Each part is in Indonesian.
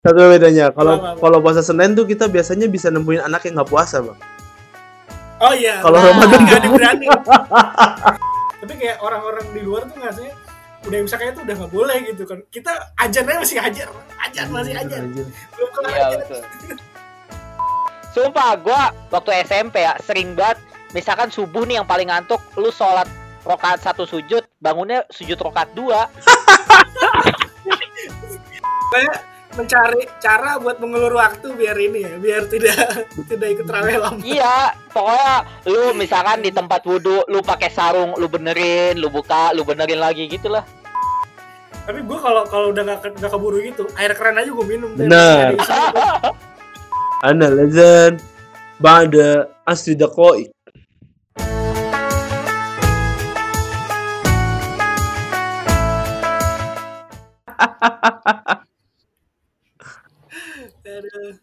Satu bedanya, kalau Apa? puasa Senin tuh kita biasanya bisa nemuin anak yang nggak puasa, Bang. Oh iya. Kalau Ramadan nggak nggak diberani. Tapi kayak orang-orang di luar tuh ngasih udah misalnya itu udah nggak boleh gitu kan. Kita ajarnya masih ajar masih ajar. Anjir. Belum kelar Iya ajar. betul. Sumpah gue waktu SMP ya sering banget. Misalkan subuh nih yang paling ngantuk, lu sholat rakaat 1 sujud, bangunnya sujud rakaat 2. Kayak mencari cara buat mengulur waktu biar ini ya, biar tidak ikut terawih lama. Iya, pokoknya lu misalkan di tempat wudhu, lu pakai sarung, lu benerin, lu buka, lu benerin lagi gitu lah. Tapi gue kalau udah nggak keburu gitu, air keren aja gue minum. Benar. Ana lazan ba'da asri daqaiq. Aduh.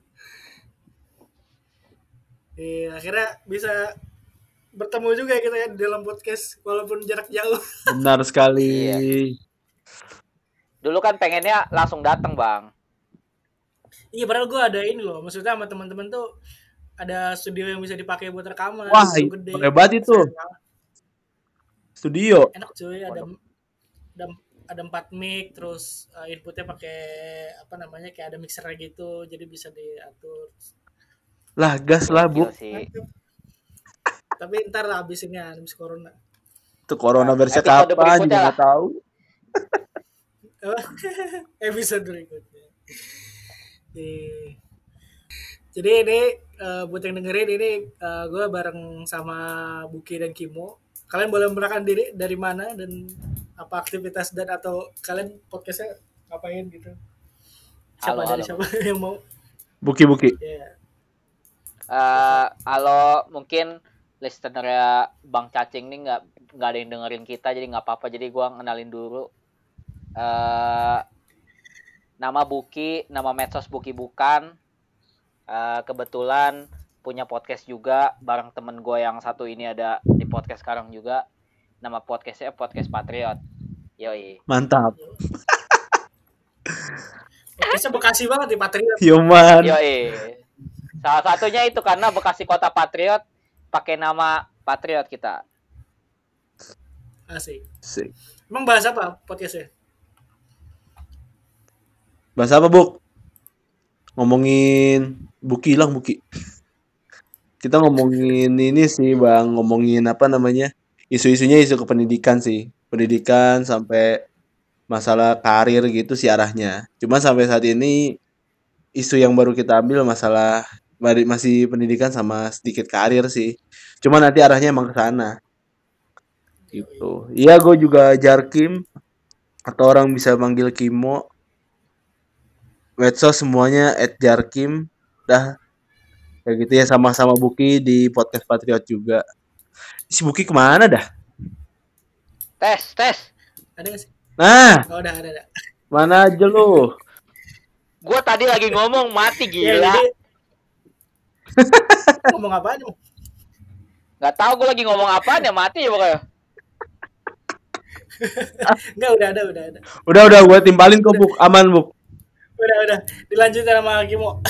Akhirnya bisa bertemu juga kita ya di dalam podcast walaupun jarak jauh. Benar sekali. Iya. Dulu kan pengennya langsung datang, Bang. Iya, padahal gue ada ini loh, maksudnya sama teman-teman tuh ada studio yang bisa dipakai buat rekaman. Wah, gede. hebat itu. Studio. Enak cuy, ada 4 mic, terus inputnya pakai apa namanya kayak ada mixer gitu, jadi bisa diatur. Lah gas lah, Bu. Tapi ntar habis corona. Itu corona versi Episode kapan berikutnya juga lah. nggak tahu. Episode berikutnya. Jadi ini buat yang dengerin ini gue bareng sama Buki dan Kimo. Kalian boleh memperkenalkan diri dari mana dan apa aktivitas dan atau kalian podcastnya ngapain gitu? Siapa Halo. siapa yang mau? Buki. Yeah. Halo, mungkin listener Bang Cacing nih nggak ada yang dengerin kita, jadi nggak apa-apa. Jadi gua kenalin dulu. Nama Buki, nama medsos Buki bukan. Kebetulan punya podcast juga bareng temen gue yang satu ini ada di podcast sekarang juga. Nama podcastnya Podcast Patriot. Yoi. Mantap. Podcastnya Bekasi banget di Patriot. Yoman. Yoi. Salah satunya itu karena Bekasi Kota Patriot pakai nama Patriot kita. Asik. Sik. Emang bahas apa podcastnya? Bahas apa, Buk? Ngomongin Buki. Kita ngomongin ini sih, Bang. Ngomongin apa namanya? Isu-isunya isu kependidikan sih. Pendidikan sampai masalah karir gitu sih arahnya. Cuma sampai saat ini isu yang baru kita ambil masalah masih pendidikan sama sedikit karir sih. Cuma nanti arahnya emang ke sana. Gitu. Iya, gue juga Jarkim atau orang bisa manggil Kimo. Medsos semuanya @jarkim. Dah kayak gitu ya, sama-sama Buki di podcast Patriot juga. Si Buki kemana dah? Tes. Ada nggak sih? Nah, Oh, ada. mana aja lu? Gue tadi lagi ngomong mati Ya, gila. jadi, ngomong apa aja? Gak tahu gue lagi ngomong apaan ya, mati ya pokoknya. Enggak, udah ada. Udah gue timpalin kok, Buk. Aman, Buk. Udah. Dilanjutin sama Kimo.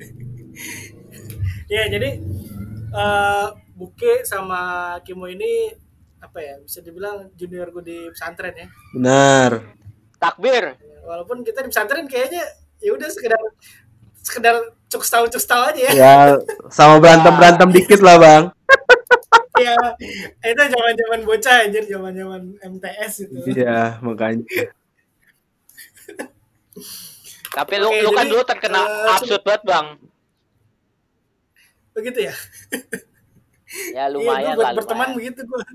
Ya, jadi Buke sama Kimo ini apa ya? Bisa dibilang junior gue di pesantren ya. Benar. Takbir. Walaupun kita di pesantren kayaknya ya udah sekedar cuk setahun aja ya. Ya, sama berantem dikit lah, Bang. Ya, itu zaman bocah anjir, zaman MTS itu. Iya, makanya. Tapi lu Oke, kan jadi, dulu terkena absurd banget, Bang. Begitu ya? Ya lumayan gue lah. berteman begitu gue.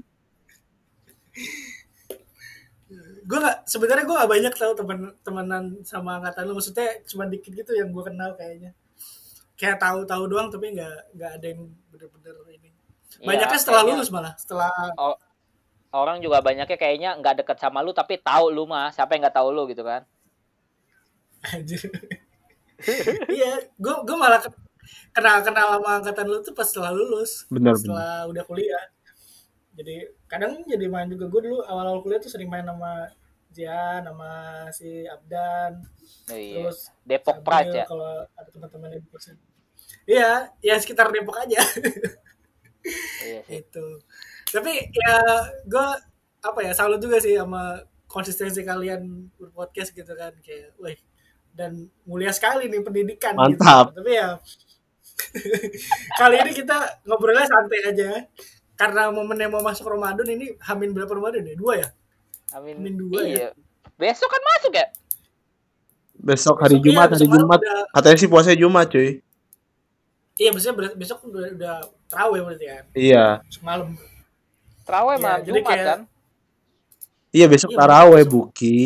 Sebenarnya gue gak banyak tahu temenan sama angkatan lu, maksudnya cuma dikit gitu yang gue kenal kayaknya. Kayak tahu doang tapi nggak ada yang bener-bener ini. Banyaknya setelah lulus malah, setelah orang juga banyaknya kayaknya nggak deket sama lu tapi tahu lu mah, siapa yang nggak tahu lu gitu kan. anjir. Iya, gue malah kenal sama angkatan lu tuh pas setelah lulus. Benar. Setelah udah kuliah. Jadi kadang jadi main juga, gue dulu awal-awal kuliah tuh sering main sama Jian sama si Abdan. Oh, iya. Terus Depok Sabil Pride ya. kalau ada teman-teman yang di person. Iya, ya sekitar Depok aja. Iya sih. Itu. Tapi ya gue apa ya salut juga sih sama konsistensi kalian berpodcast gitu kan kayak, wih, dan mulia sekali nih pendidikan Mantap. gitu. Tapi ya kali ini kita ngobrolnya santai aja karena momennya mau masuk Ramadan ini Hamin berapa Ramadan ya? 2 ya? Hamin 2 iya. ya. Besok kan masuk ya? Besok hari Besok, iya, Jumat, besok malam udah- Katanya sih puasanya Jumat, cuy. Iya, besok udah terawih berarti kan. Iya. Semalam. Terawih Iya, malam jadi Jumat kayak- kan? Iya, besok Iya, taraweh, besok. Buki.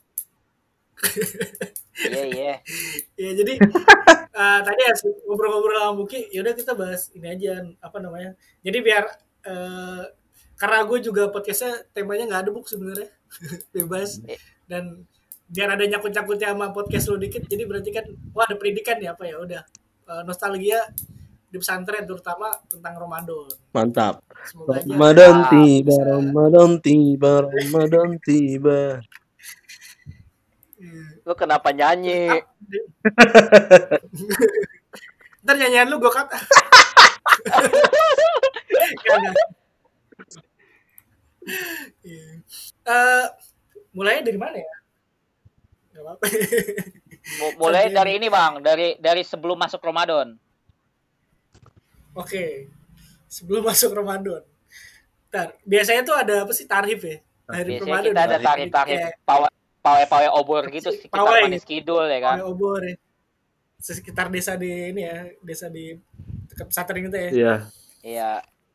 Iya. Ya jadi tadi ya ngobrol-ngobrol sama Buki, yaudah kita bahas ini aja apa namanya. Jadi biar karena gue juga podcastnya temanya nggak ada Buk sebenarnya bebas dan biar ada nyangkut-nyangkutnya sama podcast lo dikit. Jadi berarti kan wah ada pendidikan ya apa ya udah nostalgia di pesantren terutama tentang Ramadan. Mantap. Semoga aja Ramadan tiba, bisa- Ramadan tiba, Ramadan tiba. Lu kenapa nyanyi? Ntar nyanyian lu gue kata. Mulainya dari mana ya? Gak apa-apa. Mulai dari ini Bang, dari sebelum masuk Ramadan. Oke. Sebelum masuk Ramadan. Ntar, biasanya tuh ada apa sih tarif ya? Tarif Biasanya kita ada tarif-tarif pawai obor gitu sekitar pawai. Manis Kidul ya kan. Pawai obor ya. Sekitar desa di ini ya, desa di dekat pesantren itu ya. Iya. Iya.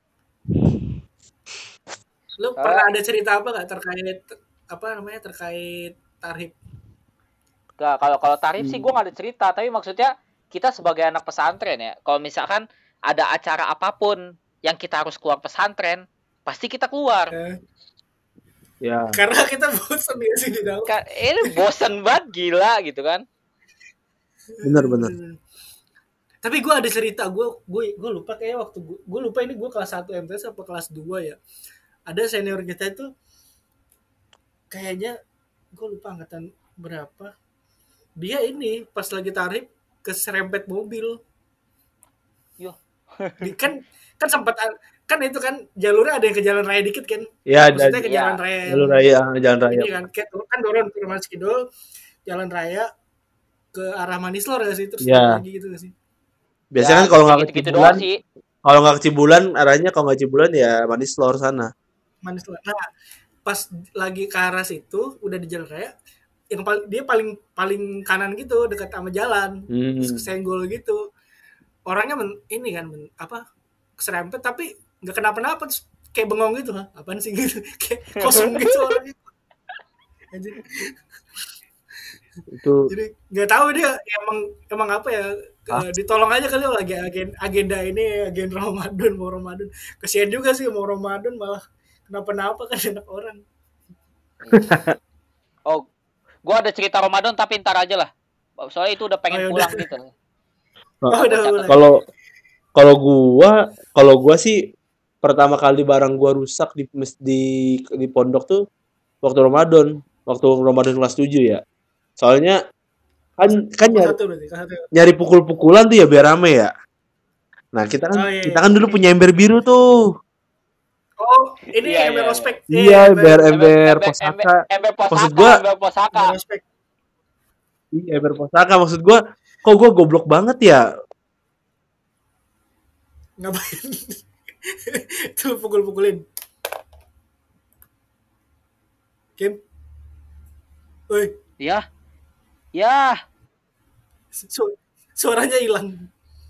Lu pernah ada cerita apa nggak terkait tarif? Gak, kalau tarif sih gue gak ada cerita, tapi maksudnya kita sebagai anak pesantren ya, kalau misalkan ada acara apapun yang kita harus keluar pesantren, pasti kita keluar. Ya. Karena kita bosan ya sih di dalam. Ini bosan banget, gila gitu kan. Bener. Tapi gue ada cerita, gue lupa kayak waktu gue lupa ini gue kelas 1 MTS apa kelas 2 ya. Ada senior kita itu kayaknya gue lupa angkatan berapa. Dia ini pas lagi tarif keserempet mobil. Yo. kan sempat kan itu kan jalurnya ada yang ke jalan raya dikit kan. Iya, maksudnya ke jalan raya. Jalan raya. Ini kan turun ke Manis Kidul, jalan raya ke arah Manislor gak sih terus lagi gitu gak sih? Biasanya kan kalau nggak ke Cibulan, kalau nggak ke Cibulan arahnya kalau nggak Cibulan ya Manislor sana. Manislor. Nah, pas lagi ke arah situ udah di jalan raya, yang dia paling kanan gitu dekat sama jalan, terus kesenggol gitu. Orangnya ini kan keserempet tapi nggak kenapa-napa, terus kayak bengong gitu, apaan sih gitu, kayak kosong gitu orangnya. Itu jadi nggak tahu dia emang apa ya, ditolong aja kali lagi agenda ini agenda Ramadan. Kasihan juga sih mau Ramadan malah kenapa-napa kan anak orang. Oh, gue ada cerita Ramadan tapi ntar aja lah, soalnya itu udah pengen pulang gitu. Kalau gua sih pertama kali barang gua rusak di pondok tuh waktu Ramadan kelas 7 ya. Soalnya kan nyari pukul-pukulan tuh ya biar rame ya. Nah, kita kan dulu punya ember biru tuh. Oh, ini ember ospek. Iya, ember posaka. Maksud gua ember posaka. Iya, ember posaka maksud gua, kok gua goblok banget ya. Ngapain? Tuh pukul-pukulin. Kim. Oi. Ya. Suaranya hilang.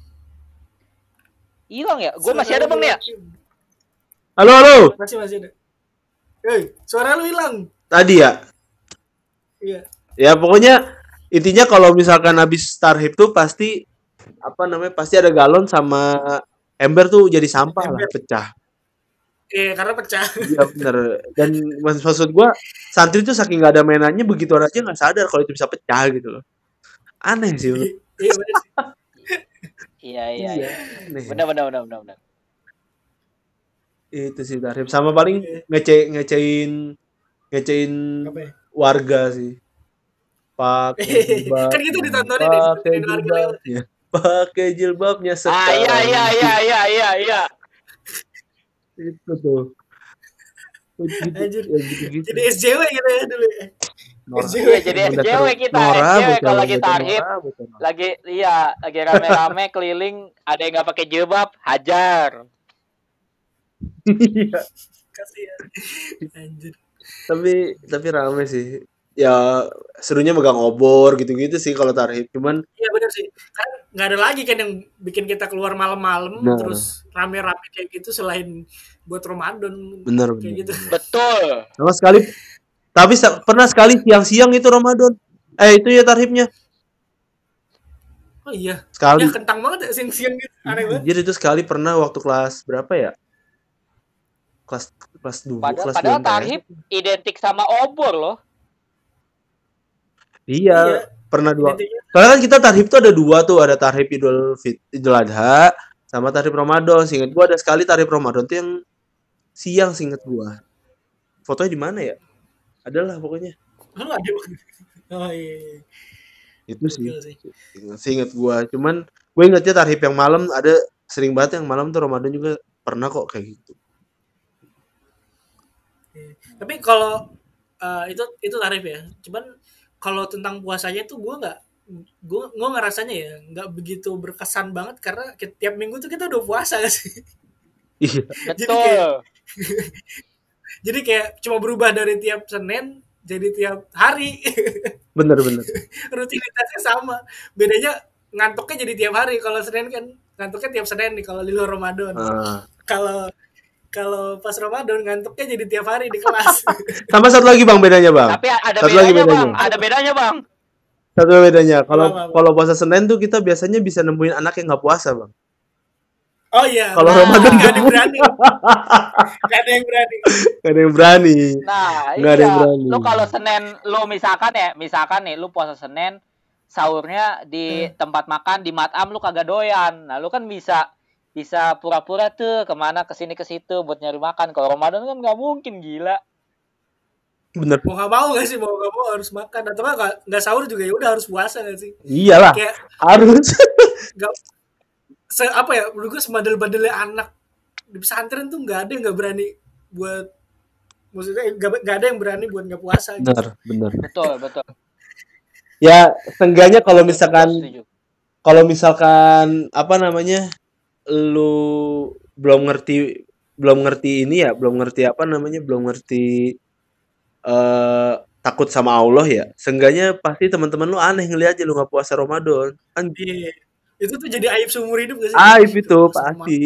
Hilang ya? Gue masih ada Bang ya? Halo. Masih ada. Suara lu hilang. Tadi ya? Iya. Ya pokoknya intinya kalau misalkan habis tarhib tuh pasti pasti ada galon sama ember tuh jadi sampah lah, pecah. Iya, karena pecah. Iya bener. Dan maksud gue santri tuh saking gak ada mainannya begitu aja gak sadar kalau itu bisa pecah gitu loh. Aneh sih. Iya bener sih. Iya. Benar. Itu sih tarif. Sama paling ngecein warga sih. Pakai Kan gitu jilbabnya, ditontonin ya, pakai ditontonin warga lewat. jilbabnya, pakai jilbabnya Iya sekarang. iya iya iya iya iya. Itu tuh. Gitu, Anjir. ya gitu-gitu. Jadi SJW gitu ya dulu ya. Nora, SJW. Iya jadi emang dasar SJW kita, Nora SJW bocah kalau emang lagi bocah tarhib, Nora bocah Nora. lagi rame-rame keliling, ada yang nggak pakai jilbab, hajar. Iya. Kasihan. Anjir. Tapi rame sih. Ya serunya megang obor gitu-gitu sih kalau tarhib. Cuman Iya benar sih. Kan nggak ada lagi kan yang bikin kita keluar malam-malam benar, terus rame-rame kayak gitu selain buat Ramadan benar, kayak benar, gitu. benar. Betul. Sama sekali. Tapi pernah sekali siang-siang itu Ramadan. Itu ya tarhibnya. Oh iya. Sekali. Ya kentang banget ya siang-siang gitu. Aneh banget. Anjir itu sekali pernah waktu kelas berapa ya? Kelas 2, kelas 2 Padahal MTS. tarhib identik sama obor loh. Iya, pernah 2. Identiknya. Soalnya kan kita tarhib tuh ada 2 tuh, ada tarhib Idul Adha sama tarhib Ramadan. Seingat gua ada sekali tarhib Ramadan tuh yang siang seingat gua. Fotonya di mana ya? Adalah pokoknya. Oh, ada. Oh iya. Itu sih. Gokil sih. Seingat gua. Cuman gue ingetnya tarhib yang malam ada sering banget yang malam tuh Ramadan juga pernah kok kayak gitu. Tapi kalau itu tarif ya. Cuman kalau tentang puasanya tuh gue ngerasanya ya nggak begitu berkesan banget karena tiap minggu tuh kita udah puasa gak sih. Iya, Betul. jadi kayak cuma berubah dari tiap Senin jadi tiap hari. bener. Rutinitasnya sama. Bedanya ngantuknya jadi tiap hari. Kalau Senin kan ngantuknya tiap Senin nih kalau di luar Ramadan. Kalau kalau pas Ramadan ngantuknya jadi tiap hari di kelas. Sama satu lagi Bang bedanya Bang. Tapi ada Satu lagi bedanya, bedanya. Bang. Ada bedanya, Bang. Satu bedanya. Apa? Kalau puasa Senin tuh kita biasanya bisa nemuin anak yang nggak puasa Bang. Oh iya. Kalau Ramadan nggak ada yang berani. Nggak ada yang berani. Nggak ada yang berani. Nah, Nggak ada yang iya. berani. Lu kalau Senin, lu misalkan nih, lu puasa Senin, sahurnya di tempat makan di Matam lu kagak doyan. Nah, lu kan bisa pura-pura tuh kemana kesini ke situ buat nyari makan. Kalau Ramadan kan nggak mungkin, gila. Bener. Mau nggak mau nggak sih, mau nggak mau harus makan atau nggak sahur juga ya udah harus puasa nggak sih? Iyalah. Kayak Harus. nggak apa ya, menurut gue sebandel-bandelnya anak di pesantren tuh nggak ada yang nggak berani buat, maksudnya nggak ada yang berani buat nggak puasa gitu. Bener. Betul. Ya, seenggaknya kalau Setuju. misalkan apa namanya? Lu belum ngerti ini ya, belum ngerti takut sama Allah ya. Seenggaknya pasti teman-teman lu aneh ngeliat aja lu nggak puasa Ramadan. Kan Iya. Itu tuh jadi aib seumur hidup gak sih? aib itu pasti.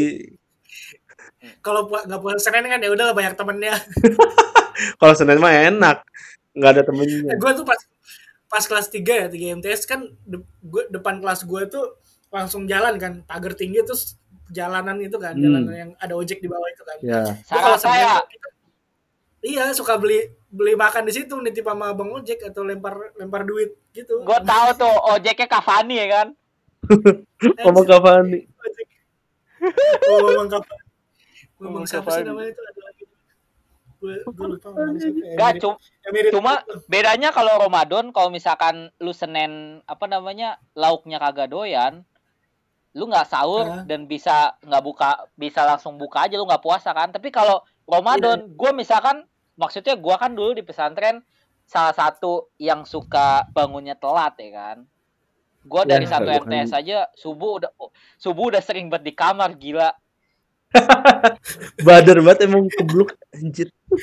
Kalau nggak puasa Senin kan ya udah banyak temennya. Kalau Senin mah enak, nggak ada temennya. Gue tuh pas kelas 3 MTS kan depan kelas gue tuh langsung jalan kan, pagar tinggi terus jalanan itu kan, jalanan yang ada ojek di bawah itu kan. Ya. Kalau saya iya suka beli makan di situ, nitip sama abang ojek atau lempar duit gitu. gue tahu tuh ojeknya Cavani ya kan. Ngomong Cavani. Ngomong Cavani. Ngomong siapa sih namanya itu, ada lagi. Gue lupa ngomong siapa. Gak, cuma bedanya kalau Ramadan, kalau misalkan lu Senin lauknya kagak doyan, lu nggak sahur dan bisa langsung buka aja, lu nggak puasa kan. Tapi kalau Ramadan, gue misalkan, maksudnya gue kan dulu di pesantren salah satu yang suka bangunnya telat ya kan. Gue dari satu MTS aja subuh udah sering banget di kamar, gila. Badar banget emang, kebluk anjir.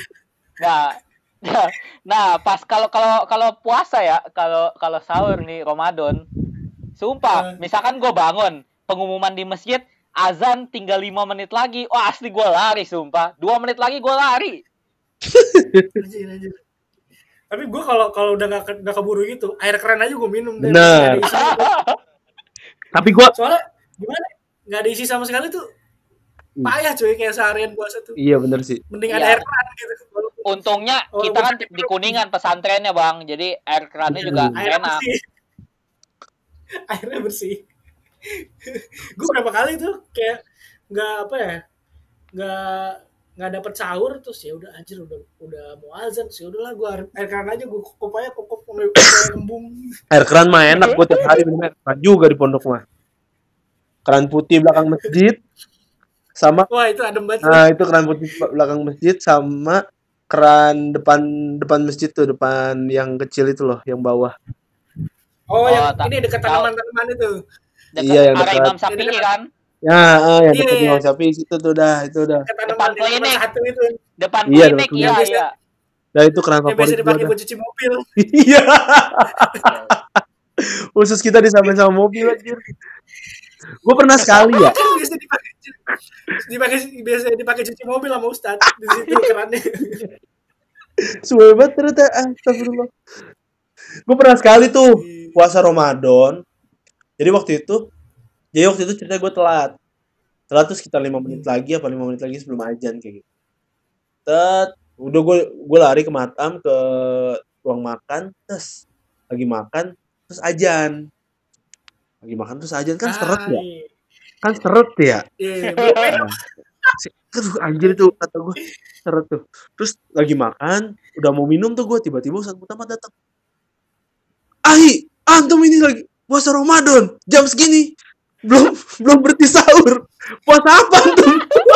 Nah, pas kalau puasa ya, kalau sahur nih Ramadan, sumpah, misalkan gue bangun, pengumuman di masjid, azan tinggal 5 menit lagi, wah asli gue lari, sumpah. 2 menit lagi gue lari. Anjir. Tapi gue kalau udah nggak keburu gitu, air keran aja gue minum. Bener. Tapi gue soalnya gimana, nggak ada isi sama sekali tuh, payah cuy, kayak seharian puasa tuh. Iya bener sih. Mending ada air keran gitu. Untungnya kita kan di Kuningan pesantrennya Bang, jadi air kerannya juga enak. Airnya bersih. Gue berapa kali tuh kayak nggak nggak dapet sahur, terus ya udah anjir, udah mau azan sih, udahlah gue air keran aja, gue kokop sampai kembung. Air keran mah enak, gue tiap hari minum air keran juga di pondok mah. Keran putih belakang masjid sama Wah itu adem banget. nah itu keran putih belakang masjid sama keran depan masjid tuh, depan yang kecil itu loh, yang bawah. Yang ini dekat tanaman-tanaman itu. Iya, yang dekat Imam Syafi'i kan? Ya, yang dekat Imam Syafi'i itu udah. Depan klinik. Itu. Depan klinik, iya. Nah, itu keran favorit. Biasa dipakai buat cuci mobil. Iya. Khusus kita disamain sama mobil anjir. Gue pernah sekali ya. Biasa dipakai cuci mobil sama Ustaz di situ kerannya. Suwe banget ternyata, astagfirullah. Gue pernah sekali tuh puasa Ramadan. Jadi waktu itu cerita gue telat tuh sekitar 5 menit lagi sebelum azan kayak gitu. Udah gue lari ke matam, ke ruang makan, terus lagi makan terus azan. Kan seret ya. Iya. Aduh anjir tuh kata gue, seret tuh. Terus lagi makan, udah mau minum tuh gue, tiba-tiba Ustaz Muhammad datang. Antum ini lagi puasa Ramadan, jam segini belum berhenti sahur. Puasa apa antum?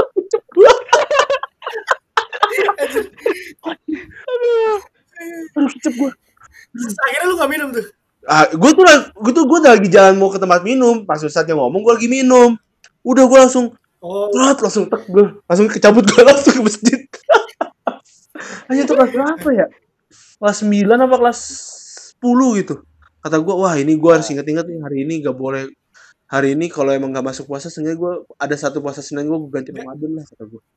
Aduh kicep gue. Akhirnya lu gak minum tuh? Gue lagi jalan mau ke tempat minum, pas Ustaznya ngomong gue lagi minum. Udah gue langsung langsung kecabut, gue langsung ke masjid. Hanya tuh kelas berapa ya? Kelas 9 apa kelas 10 gitu. Kata gue, wah ini gue harus inget-inget nih, hari ini gak boleh. Hari ini kalau emang gak masuk puasa, seenggaknya gue ada satu puasa Senin gue ganti Ramadan lah, kata gue.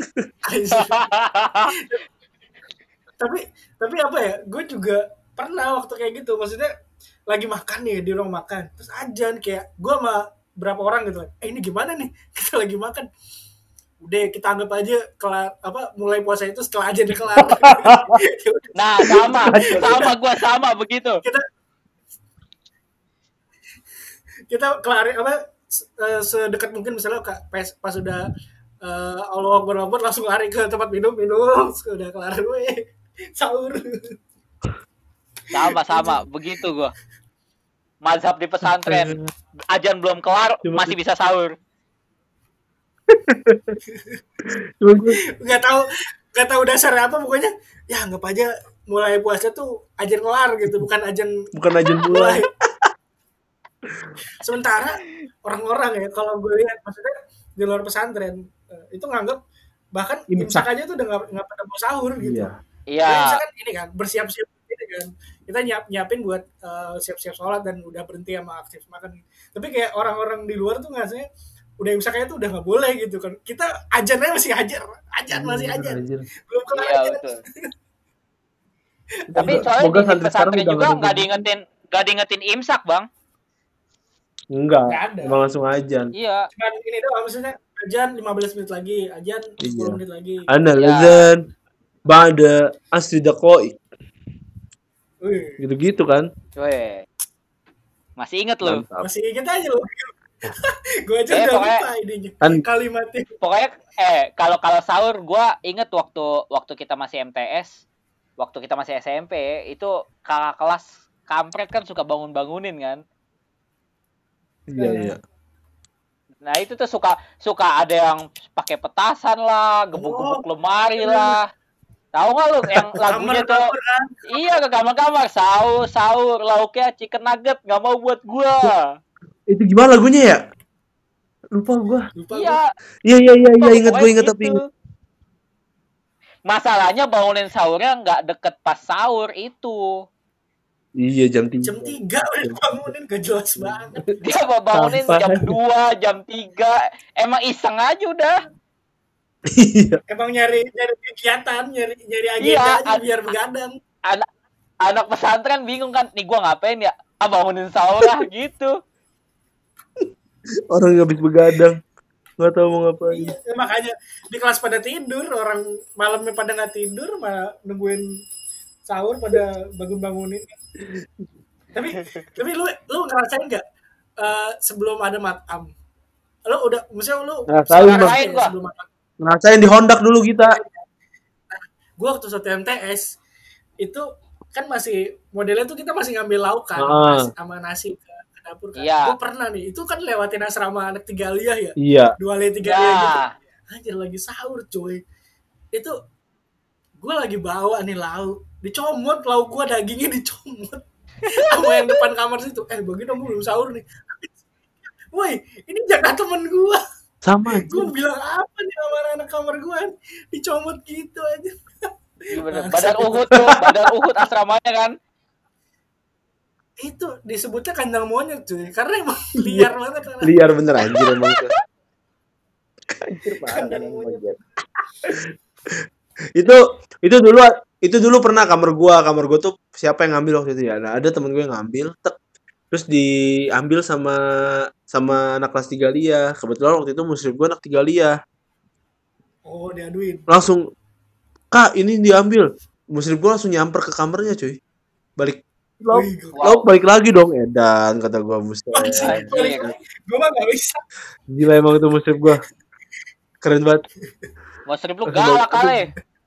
tapi apa ya, gue juga pernah waktu kayak gitu. Maksudnya lagi makan nih di ruang makan, terus azan, kayak gue sama berapa orang gitu, ini gimana nih, kita lagi makan, udah kita anggap aja kelar, mulai puasa itu setelah azan kelar. Nah gue sama begitu. Kita kelarin sedekat mungkin, misalnya pas udah Allah Akbar langsung lari ke tempat minum, udah kelar gue sahur. Sama begitu gue. Mazhab di pesantren, azan belum kelar masih bisa sahur. Gak tahu dasarnya apa, pokoknya ya anggap aja mulai puasa tuh azan kelar gitu, bukan azan mulai. Sementara orang-orang ya, kalau gue lihat, maksudnya di luar pesantren itu nganggap bahkan imsak aja tuh udah nggak pada mau sahur gitu. Iya. Misalkan ini kan bersiap-siap gitu kan, kita nyiapin buat siap-siap sholat dan udah berhenti sama aktif makan. Tapi kayak orang-orang di luar tuh ngasihnya udah imsak aja tuh udah nggak boleh gitu kan. Kita azannya masih azan. Belum kelar azan. Tapi soalnya di pesantren juga nggak diingetin imsak, Bang. Enggak emang langsung azan. Iya. Cuman ini doang, maksudnya azan 15 menit lagi, azan 10 menit lagi. Ana azan ba'da asri daqaiq. Gitu-gitu kan. Weh. Masih inget lo? Masih inget aja lo. Gue aja udah lupa idenya. Kalimatnya. Pokoknya kalau sahur gue inget waktu kita masih MTS, waktu kita masih SMP, itu kakak kelas kampret kan suka bangunin kan. Iya. Nah itu tuh suka ada yang pakai petasan lah, gebuk-gebuk lemari lah. Tahu nggak lu yang lagunya tuh? Iya, ke kamar-kamar sahur lauknya chicken nugget, nggak mau buat gua. Itu gimana lagunya ya? Lupa gua. Iya, ingat tapi ingat. Masalahnya bangunin sahurnya nggak deket pas sahur itu. Iya, jam 3. Jam 3 udah bangunin, gak jelas banget. Dia bangunin jam 2, jam 3. Emang iseng aja udah. Iya. Emang nyari kegiatan, nyari agenda aja biar begadang. Anak pesantren bingung kan, nih gua ngapain ya? Bangunin sahur lah gitu. Orang habis begadang, nggak tahu mau ngapain. Iya, makanya di kelas pada tidur, orang malamnya pada nggak tidur, malah nungguin sahur pada bangunin. Tapi lu ngerasain nggak sebelum ada matam? Lu udah, misalnya lu ngerasain gua. Sebelum matam. ngerasain di Honda dulu kita. Gue waktu satu MTS itu kan masih modelnya tuh kita masih ngambil lauk kan sama nasi ke dapur kan. Iya. Gue pernah nih, itu kan lewatin asrama anak Tigalia ya. Iya. 2 Tigalia gitu. Anjir lagi sahur coy. Itu gue lagi bawa nih lauk, dicomot lauk gue, dagingnya dicomot sama yang depan kamar situ. Bagi dong, gue belum sahur nih. Woi, ini jaga temen gue. Sama aja. Gue bilang apa nih sama anak kamar gue, dicomot gitu aja. Badan Uhud tuh, badan Uhud asramanya kan. Itu disebutnya kandang monyet cuy, karena emang liar banget. Liar bener anjir emang tuh. Anjir kandang monyet. itu dulu pernah kamar gua tuh siapa yang ngambil waktu itu ya. Nah, ada temen gue yang ngambil, terus diambil sama anak kelas 3 Lia. Kebetulan waktu itu muslim gua anak 3 Lia. Oh, diaduin. Langsung, "Kak, ini diambil." Muslim gua langsung nyamper ke kamarnya, cuy. Balik. Lauk balik lagi dong, edan kata gua, buset. Gua mah enggak bisa. Gila emang itu muslim gua. Keren banget. Muslim lu galak kali.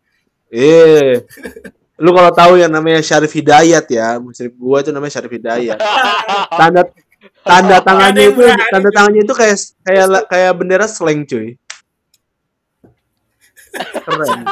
Lu kalau tahu yang namanya Syarif Hidayat ya, muslim gua itu namanya Syarif Hidayat. Tanda tangannya itu kayak bendera slang, cuy. Keren.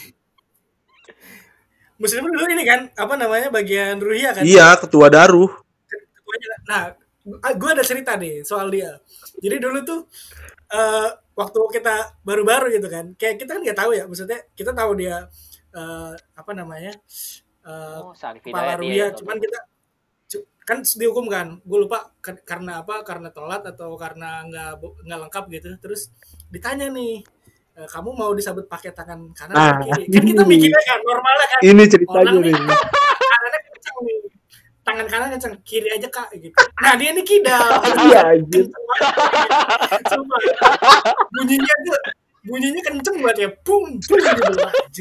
Muslim dulu ini kan, apa namanya, bagian Ruhiyah kan? Iya, ketua Daruh. Nah, gue ada cerita nih soal dia. Jadi dulu tuh waktu kita baru-baru gitu kan, kayak kita kan nggak tahu ya, maksudnya kita tahu dia apa namanya, kepala Ruhiyah, cuman kita kan dihukum kan, gue lupa karena apa, karena telat atau karena nggak lengkap gitu. Terus ditanya nih, kamu mau disabet pakai tangan kanan atau kiri? Kan kita mikirnya kan normalnya kan. Ini ceritanya nih. Kanannya kenceng nih. Tangan kanan kenceng, kiri aja Kak gitu. Nah, dia nih kidal. Iya anjir. Sumpah. Bunyinya kenceng banget ya. Bum gitu anjir.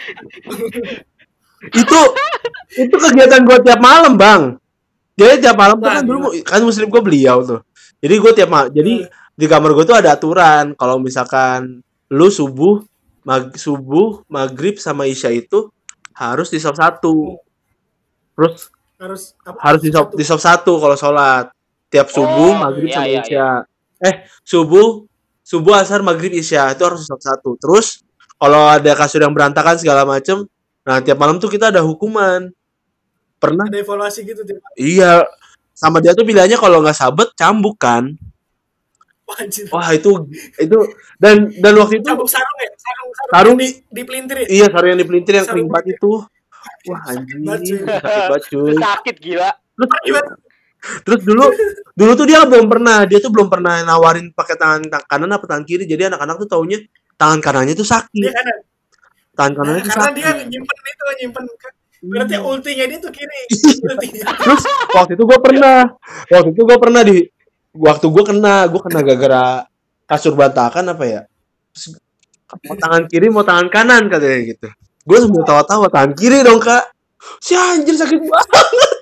Itu kegiatan gue tiap malam, Bang. Jadi tiap malam kan dulu kan muslim gue beliau tuh. Jadi gue tiap malam. Jadi di kamar gue tuh ada aturan kalau misalkan lu subuh, maghrib sama isya itu harus di saf 1. Terus harus di saf 1 kalau sholat. Tiap subuh, maghrib sama isya. Subuh, asar, maghrib, isya itu harus di saf 1. Terus kalau ada kasur yang berantakan segala macem, nah tiap malam tuh kita ada hukuman. Pernah ada evaluasi gitu tiap. Iya. Sama dia tuh pilihannya kalau nggak sabet cambuk kan. Wah itu dan waktu itu cambuk sarung ya, sarung di pelintir ya? Iya, sarung yang dipelintir yang kering banget itu. Wah anjing, sakit banget cuy. Sakit gila. Terus dulu tuh dia belum pernah nawarin pakai tangan kanan apa tangan kiri. Jadi anak-anak tuh taunya tangan kanannya tuh sakit. Tangan kanannya tuh sakit. Karena dia nyimpen berarti ultinya dia tuh kiri. Terus waktu itu gue pernah waktu gue kena gara-gara kasur berantakan apa ya, mau tangan kiri mau tangan kanan katanya gitu. Gue sambil tawa-tawa, tangan kiri dong Kak. Si anjir sakit banget.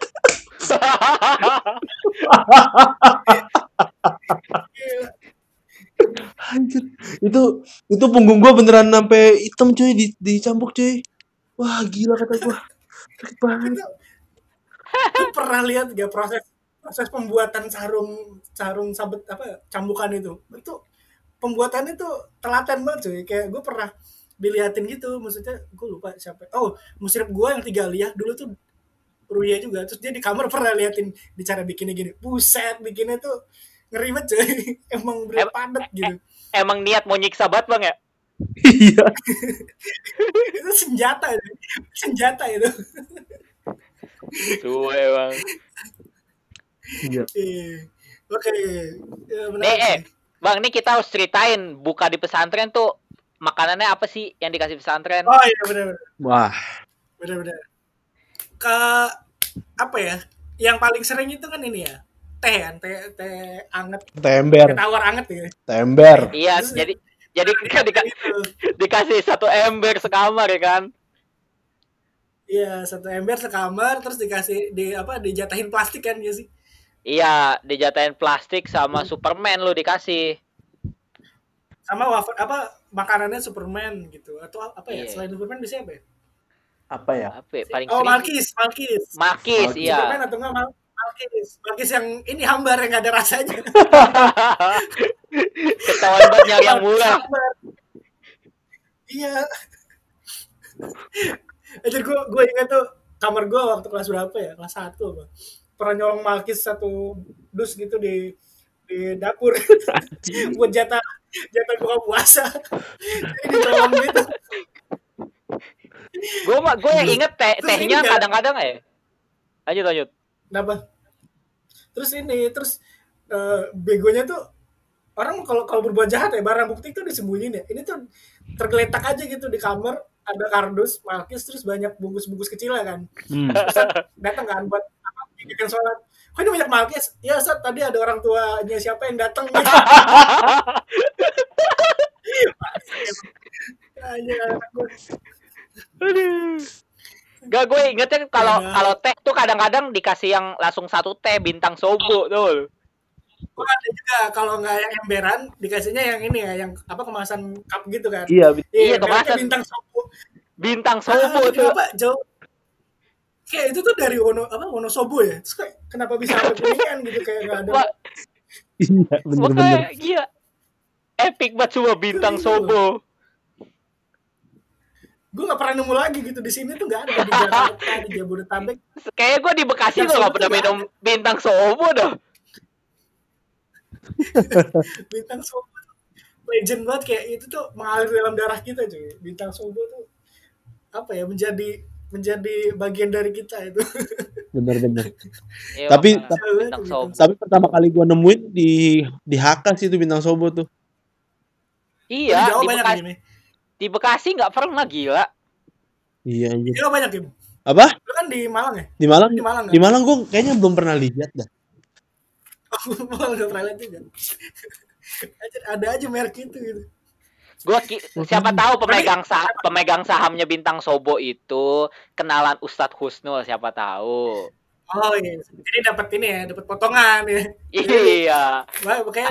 Anjir, itu punggung gue beneran sampai hitam cuy, dicambuk cuy. Wah gila kata gue, sakit banget. Lu pernah lihat gak proses pembuatan sarung sabet apa cambukan itu pembuatannya tuh telaten banget cuy. Kayak gue pernah dilihatin gitu, maksudnya gue lupa siapa. Musyrif gue yang 3 Liah dulu tuh Ruya juga, terus dia di kamar pernah liatin di cara bikinnya gini. Buset, bikinnya tuh ngeri banget cuy. Emang bener padat gitu. Emang niat mau nyiksa banget Bang ya? Iya. Itu senjata itu. Tuh emang. Iya. Oke. Bang, ini kita harus ceritain buka di pesantren tuh makanannya apa sih yang dikasih pesantren? Oh iya benar. Wah. Benar. Apa ya? Yang paling sering itu kan ini ya. Teh anget. Teh ember. Teh tawar anget ya. Teh ember. Iya, jadi dikasih 1 ember sekamar ya kan? Iya, 1 ember sekamar, terus dijatahin plastik kan ya sih? Iya, dijatahin plastik sama Superman lu dikasih. Sama wafer makanannya Superman gitu atau apa ya? Iya. Selain Superman bisa apa ya? Apa ya? Apa ya? Paling Oh, sering Malkis. Makis, iya. Superman atau enggak Malkis yang ini hambar yang gak ada rasanya. Ketahuan banget nyari yang murah. Hambar. Iya. Jadi gue ingat tuh kamar gue waktu kelas berapa ya? Kelas 1 apa? Pernah nyolong Malkis 1 dus gitu di dapur buat jatah buka puasa. Jadi dicolong gitu. Gue yang inget tehnya ini kadang-kadang lanjut. Kenapa? Terus begonya tuh orang kalau berbuat jahat ya barang bukti itu disembunyiin ya. Ini tuh tergeletak aja gitu di kamar, ada kardus Malkis terus banyak bungkus-bungkus kecil kan. Ustaz datang kan buat bikin sholat. Kok ini banyak Malkis? Ya Ustaz, tadi ada orang tuanya siapa yang datang gitu. Gak, gue ingetnya kalau teh tuh kadang-kadang dikasih yang langsung 1 teh bintang sobo tuh. Oh, ada juga kalau nggak yang emberan dikasihnya yang ini ya, yang apa kemasan cup gitu kan? Iya kemasan bintang sobo. Bintang sobo tuh. Apa jauh? Kayak itu tuh dari Wonosobo ya. Terus kayak kenapa bisa sampai kuningan gitu kayak nggak ada. Iya, bener-bener. Gila. Epic banget cuma bintang sobo. Gue nggak pernah nemu lagi gitu di sini tuh nggak ada di Jakarta, di Jabodetabek. Kayaknya gue di Bekasi tuh nggak pernah minum bintang sobo dah. Bintang sobo legend banget, kayak itu tuh mengalir dalam darah kita cuy. Bintang sobo tuh apa ya, menjadi bagian dari kita itu. Bener. Ya, tapi pertama kali gue nemuin di Hakas itu bintang sobo tuh. Iya, di Bekasi nggak pernah, gila. Iya. Iya banyak Kim. Apa? Lu kan di Malang ya? Di Malang gue kayaknya belum pernah lihat dah. Belum pernah lihat juga. Ada aja merek itu gitu. Siapa tahu pemegang sahamnya bintang sobo itu kenalan Ustadz Husnul, siapa tahu. Oh iya, jadi dapat ini ya, dapat potongan ya. Iya. Makanya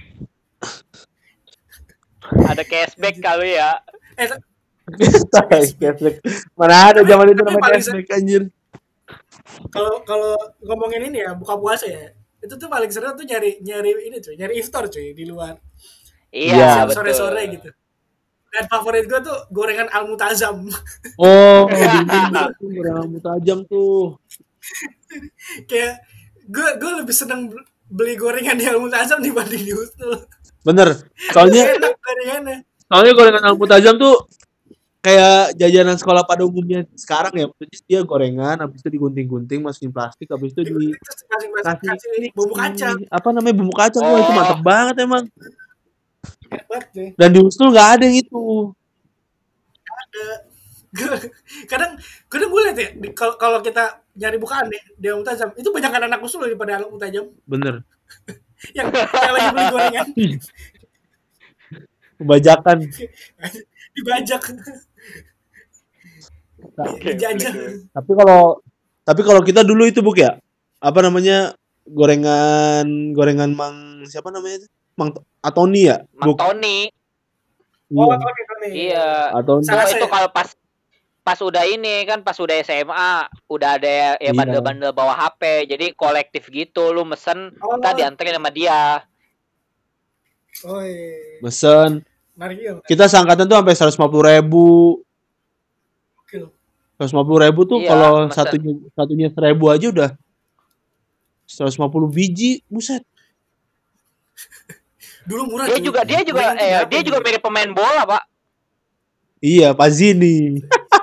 ada cashback kali ya. Cashback. Mana ada zaman itu namanya cashback anjir. Kalau ngomongin ini ya, buka puasa ya. Itu tuh paling seru tuh nyari ini cuy, nyari iftar cuy di luar. Iya, betul. Sore-sore gitu. Dan favorit gue tuh gorengan Al-Mutazam. Oh, gorengan Al-Mutazam tuh. Kayak gue lebih seneng beli gorengan di Al-Mutazam dibanding di Husnul. Bener. Soalnya gorengan Al-Mutazam tuh kayak jajanan sekolah pada umumnya sekarang ya. Maksudnya dia gorengan, habis itu digunting-gunting, masukin plastik, habis itu kasih bumbu kacang. Apa namanya bumbu kacang? Wah, itu mantep banget emang. Dan di Husnul nggak ada yang itu. Ada. Kadang gue lihat ya, kalau kita nyari bukaan nih di Al-Mutazam, itu banyak anak Husnul daripada Al-Mutazam. Bener. yang lagi beli gorengan. Kebajakan. Dibajak. Dijajah. Tapi kalau kita dulu itu Buk ya, apa namanya, gorengan Mang siapa namanya itu? Mang Atoni ya? Mang Toni. Oh, Toni. Iya. Atoni. Itu kalau pas udah ini kan, pas udah SMA udah ada ya bandel-bandel bawa HP, jadi kolektif gitu, lu mesen kita dianterin sama dia. Oh iya. Mesen. Kita seangkatan tuh sampai 150.000. 150.000 tuh kalau satunya 1.000 aja udah 150 biji, buset. Dulu murah. Dia juga mirip pemain bola, Pak. Iya, Pazini.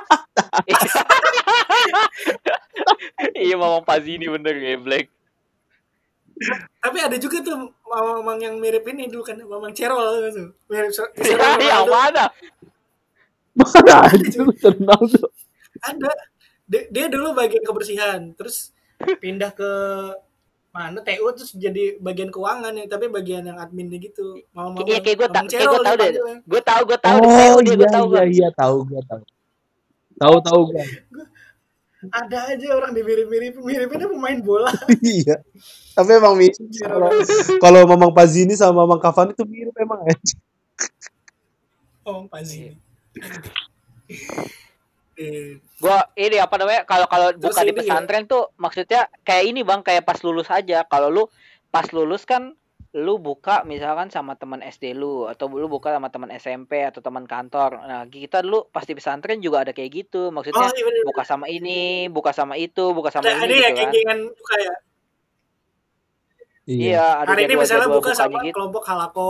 Iya, Mamang Pazini bener ya, Black. Tapi ada juga tuh Mamang yang mirip ini dulu kan, Mamang Cerol gitu. Mirip yang mana? Mana aja kenal tuh. Ada. Dia dulu bagian kebersihan, terus pindah ke mana TU terus jadi bagian keuangan ya, tapi bagian yang adminnya gitu. Iya, kayak gue tahu deh. Gue tahu. Oh iya, tahu gue. Tahu gue. Ada aja orang miripinnya pemain bola. Iya. Tapi emang mirip. Kalau Mamang Pazini sama Mamang Cavani itu mirip emang aja. Oh, pasti. Gua ini apa namanya? Kalau buka di ini pesantren tuh maksudnya kayak ini Bang, kayak pas lulus aja. Kalau lu pas lulus kan lu buka misalkan sama teman SD lu atau lu buka sama teman SMP atau teman kantor. Nah, kita dulu pas di pesantren juga ada kayak gitu. Maksudnya iya, bener. buka sama ini, buka sama itu, buka sama ada ini ya gitu kan. geng-gengan buka ya. Iya, ada Hari ini misalnya jadwal buka sama gitu. kelompok halako.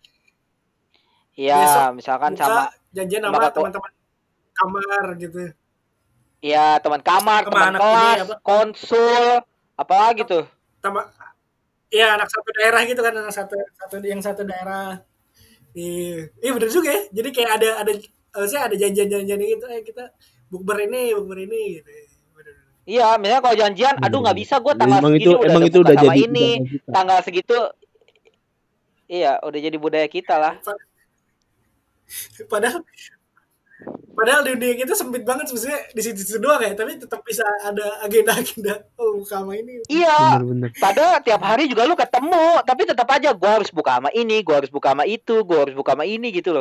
Iya, Besok misalkan buka sama janjian sama teman-teman kamar gitu. Iya, teman kamar, teman kelas, konsul, apa gitu. Iya, anak satu daerah gitu kan, anak satu daerah. Iya bener juga ya. Jadi kayak ada janjian-janjian gitu, kita bukber ini gitu. Iya, misalnya kalau janjian, aduh nggak bisa gue tanggal Emang segini itu udah jadi ini, tanggal segitu. Iya, udah jadi budaya kita lah. Padahal dunia kita sempit banget sebenarnya di situ doang ya, tapi tetap bisa ada agenda-agenda. Oh, buka sama ini. Iya. Padahal tiap hari juga lu ketemu, tapi tetap aja gue harus buka sama ini, gue harus buka sama itu, gue harus buka sama ini gitu loh.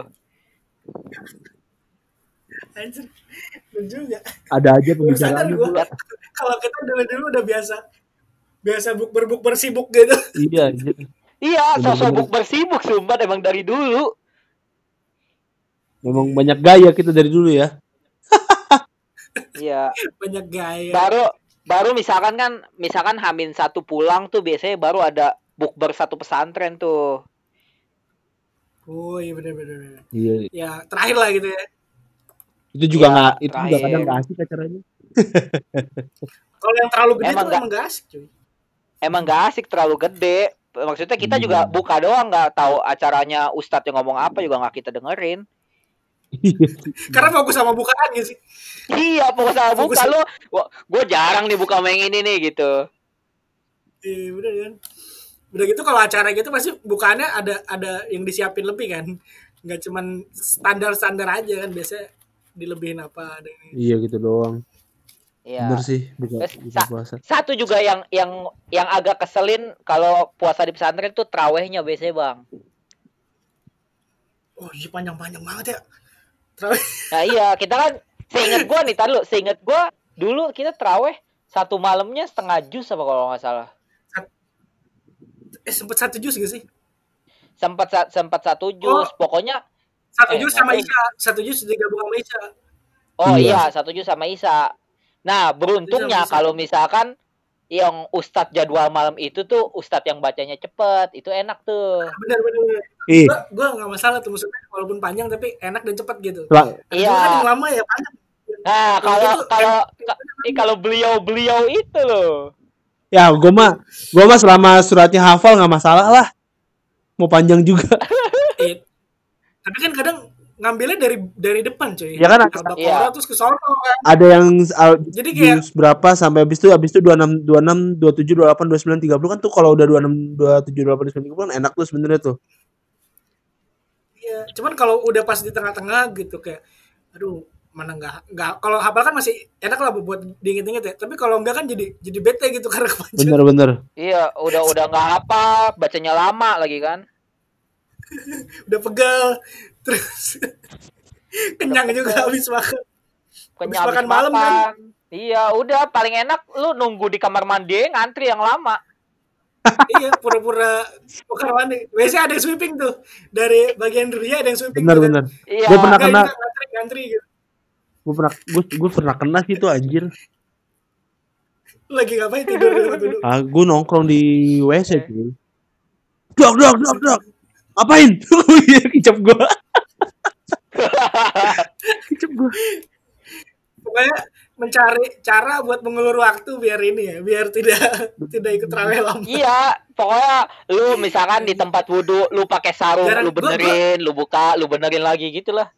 Anjir, juga. Ada aja pembicaraan gue. Kalau kita dulu udah biasa bukber sibuk gitu. Iya. Iya, sosok bukber sibuk sumpah emang dari dulu. Memang banyak gaya kita dari dulu ya. Iya. Banyak gaya. Baru misalkan H-1 pulang tuh biasanya baru ada bukber satu pesantren tuh. Oh iya benar. Iya. Ya terakhir lah gitu ya. Itu juga kadang nggak asik acaranya. Kalau yang terlalu gede emang nggak asik cuy. Emang nggak asik terlalu gede. Maksudnya kita juga buka doang, nggak tahu acaranya ustadz yang ngomong apa juga nggak kita dengerin. Karena fokus sama bukaan gitu sih. Iya, fokus sama buka lo. Gue jarang nih buka main ini nih gitu. Iya bener kan. Udah gitu kalau acara gitu pasti bukaannya ada yang disiapin lebih kan. Nggak cuman standar aja kan, biasanya dilebihin apa ada ini. Iya gitu doang. Iya. Bener sih buka puasa. Satu juga yang agak keselin kalau puasa di pesantren tuh trawehnya biasanya Bang. Oh iya panjang banget ya. Nah iya, kita kan seingat gue dulu kita traweh satu malamnya setengah jus apa kalau nggak salah. Sempat 1 jus gak sih? Sempat 1 jus, pokoknya 1 jus sama Isya, 1 jus digabung sama Isya. Oh iya, 1 jus sama Isya. Nah beruntungnya kalau misalkan yang ustadz jadwal malam itu tuh ustadz yang bacanya cepet, itu enak tuh. Bener. Gue nggak masalah tuh, maksudnya walaupun panjang tapi enak dan cepet gitu. Iya. Kan yang lama ya panjang. Nah kalau beliau itu loh. Ya gue mah selama suratnya hafal nggak masalah lah. Mau panjang juga. Tapi kan kadang ngambilnya dari depan cuy. Ya kan Al-Baqarah terus ke sono kan. Ada yang jadi kayak berapa sampai habis itu 26, 27, 28, 29, 30 kan tuh kalau udah 26, 27, 28, 29 kan enak tuh sebenarnya tuh. Iya, cuman kalau udah pas di tengah-tengah gitu kayak aduh, mana enggak kalau hafal kan masih enak lah buat diinget-inget ya. Tapi kalau enggak kan jadi bete gitu karena kepanjang. Bener. Iya, udah enggak hafal, bacanya lama lagi kan. Udah pegal terus kenyang juga habis makan. Habis makan malam kan. Iya, udah paling enak lu nunggu di kamar mandi ngantri yang lama. Iya, pura-pura kamar mandi. Biasanya ada yang sweeping tuh. Dari bagian Ria ada yang sweeping. Bener. Iya. Gue pernah kena ngantri gitu. Gue pernah kena sih tuh anjir. Lagi ngapain tidur? Gue nongkrong di WC cuy. Dok. Ngapain? Kicap gue. Pokoknya mencari cara buat mengulur waktu biar tidak ikut raweh lama. Iya, pokoknya lu misalkan di tempat wudhu lu pakai sarung, lu benerin, lu buka, lu benerin lagi gitulah.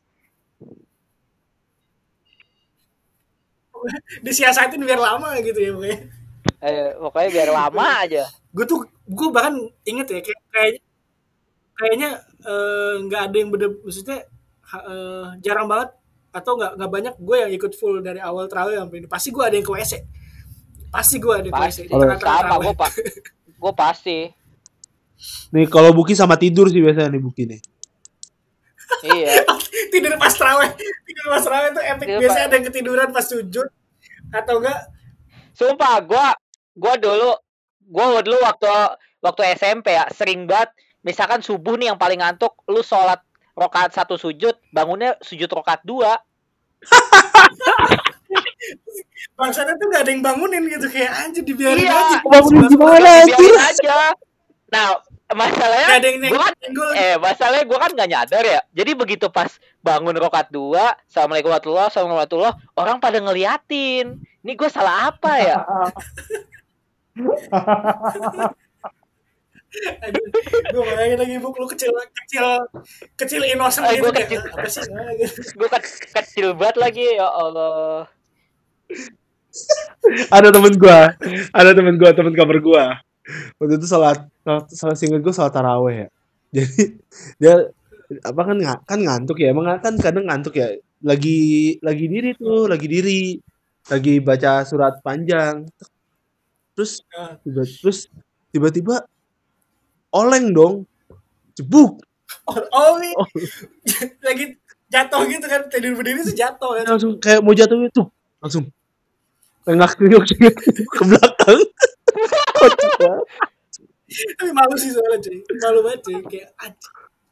Disiasatin biar lama gitu ya pokoknya. Pokoknya biar lama aja. Gue bahkan inget ya kayaknya nggak ada yang bener, maksudnya jarang banget atau nggak banyak gue yang ikut full dari awal terawih sampai ini. Pasti gue ada yang ke WC. Sama gue pasti. Nih kalau Buki sama tidur sih biasanya nih Buki nih. Iya. tidur pas tarawih tuh epic. Biasanya ada yang ketiduran pas sujud atau enggak. Sumpah, gua dulu waktu SMP ya sering banget. Misalkan subuh nih yang paling ngantuk, lu sholat rakaat 1 sujud, bangunnya sujud rakaat 2. Bangsanya tuh gak ada yang bangunin gitu, kayak anjir dibiarin Iya, aja. bangunin gimana anjir? Dibiarin aja. Nah, masalahnya Gak ada yang gua masalahnya gue kan nggak nyadar ya. Jadi begitu pas bangun rakaat 2, assalamualaikum warahmatullahi wabarakatuh, orang pada ngeliatin. Ini gue salah apa ya? Gue bayangin lagi lu kecil innocent gitu Gue kayak kecil, apa sih? gue kecil banget lagi, ya Allah. Ada temen kamar gua. Waktu itu salat singkat gua salat tarawih ya. Jadi dia apa kan ngantuk ya. Emang kan kadang ngantuk ya. Lagi diri. Lagi baca surat panjang. Terus tiba-tiba oleng dong. Jebuk. Lagi jatuh gitu kan, tidur berdiri sejatuh kan. Langsung kayak mau jatuh itu. Langsung tengok ke belakang. Tapi malu sih soalnya cuy, malu banget cuy, kayak anjir.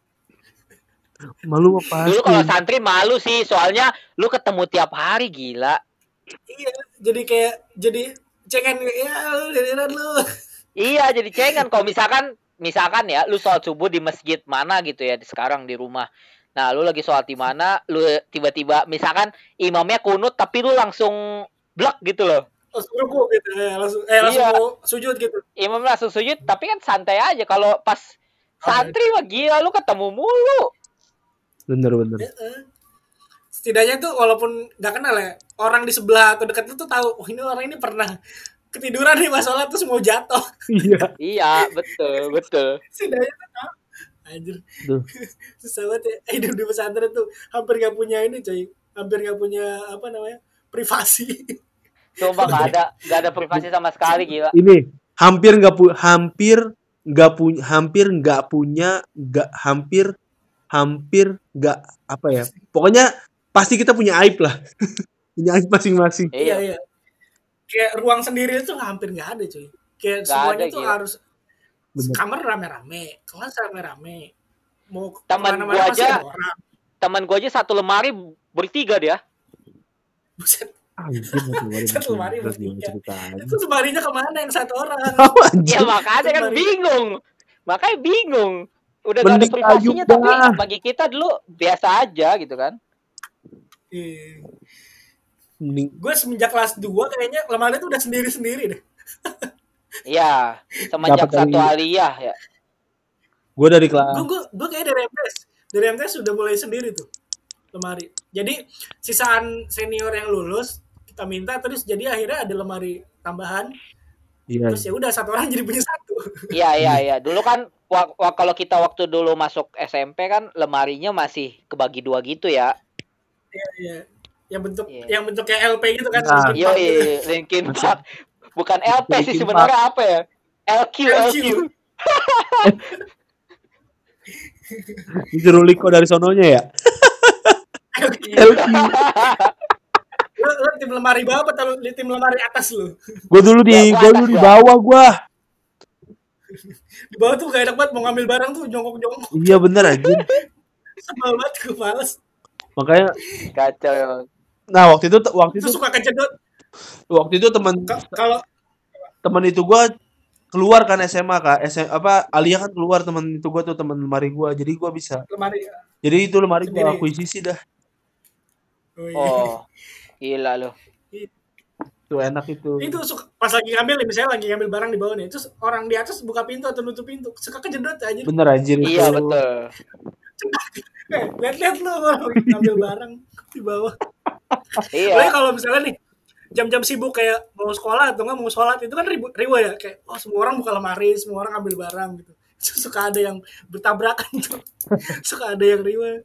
Malu apa? Dulu kalau santri malu sih, soalnya lu ketemu tiap hari, gila. Iya, jadi cengen ya lu. Iya, jadi cengen. Kalau misalkan ya, lu sholat subuh di masjid mana gitu ya, sekarang di rumah. Nah, lu lagi sholat di mana, lu tiba-tiba misalkan imamnya kunut tapi lu langsung blek gitu loh. Langsung ruku gitu, langsung sujud gitu. Imam langsung sujud, tapi kan santai aja. Kalau pas santri mah gila, lu ketemu mulu. Bener. Setidaknya tuh walaupun gak kenal ya, orang di sebelah atau dekat lu tuh tahu, oh ini orang ini pernah ketiduran nih pas sholat terus mau jatuh. Iya, betul. Setidaknya tuh tahu. Anjir. Susah banget ya. Hidup di pesantren tuh hampir gak punya ini coy. Hampir gak punya apa namanya, privasi. Coba gak ada privasi sama sekali, gila. Ini hampir nggak apa ya, pokoknya pasti kita punya aib lah. Punya aib masing-masing. Iya kayak ruang sendiri itu hampir nggak ada cuy, kayak gak semuanya ada, tuh gila. Harus bener. Kamar rame-rame, kelas rame-rame, mau teman gua aja satu lemari bertiga dia. Buset. Satu lemari bertiga. Itu lemarinya kemana yang satu orang? Ya makanya kan bingung. Udah gak ada privasinya, tapi bagi kita dulu biasa aja gitu kan. Gue semenjak kelas 2 kayaknya lemari itu udah sendiri-sendiri deh. Iya, semenjak satu aliyah ya. Gue dari kelas. Gue kayak dari MTS sudah mulai sendiri tuh lemari. Jadi sisaan senior yang lulus kita minta, terus jadi akhirnya ada lemari tambahan. Iya. Terus ya udah satu orang jadi punya satu. Iya. Dulu kan kalau kita waktu dulu masuk SMP kan lemarinya masih kebagi 2 gitu ya. Iya. Yang bentuknya LP gitu kan. Linkin Park. Bukan LP sih sebenarnya, apa ya? LQ. Itu Liko dari sononya ya? LQ. Lu tim lemari bawah atau tim lemari atas lu? Gue dulu di bawah gua. Di bawah tuh gak enak banget, mau ngambil barang tuh jongkok-jongkok. Iya bener aja. Sebel banget, gue males. Makanya kacau emang. Nah waktu itu suka kejedot. Waktu itu teman itu gua keluar kan SMA kak, Alia kan keluar, teman itu gua tuh teman lemari gua, jadi gua bisa. Jadi itu lemari gua akuisisi dah. Oh, gila loh. Itu enak itu. Itu pas lagi ngambil, misalnya lagi ngambil barang di bawah nih, terus orang di atas buka pintu atau nutup pintu, suka kejedot aja. Bener anjir. Iya betul. Lihat lu ngambil barang di bawah. Iya. Lalu kalau misalnya nih jam-jam sibuk kayak mau sekolah atau nggak mau sholat, itu kan riwa ya, kayak semua orang buka lemari, semua orang ambil barang gitu. Suka ada yang bertabrakan tuh. Suka ada yang riwa.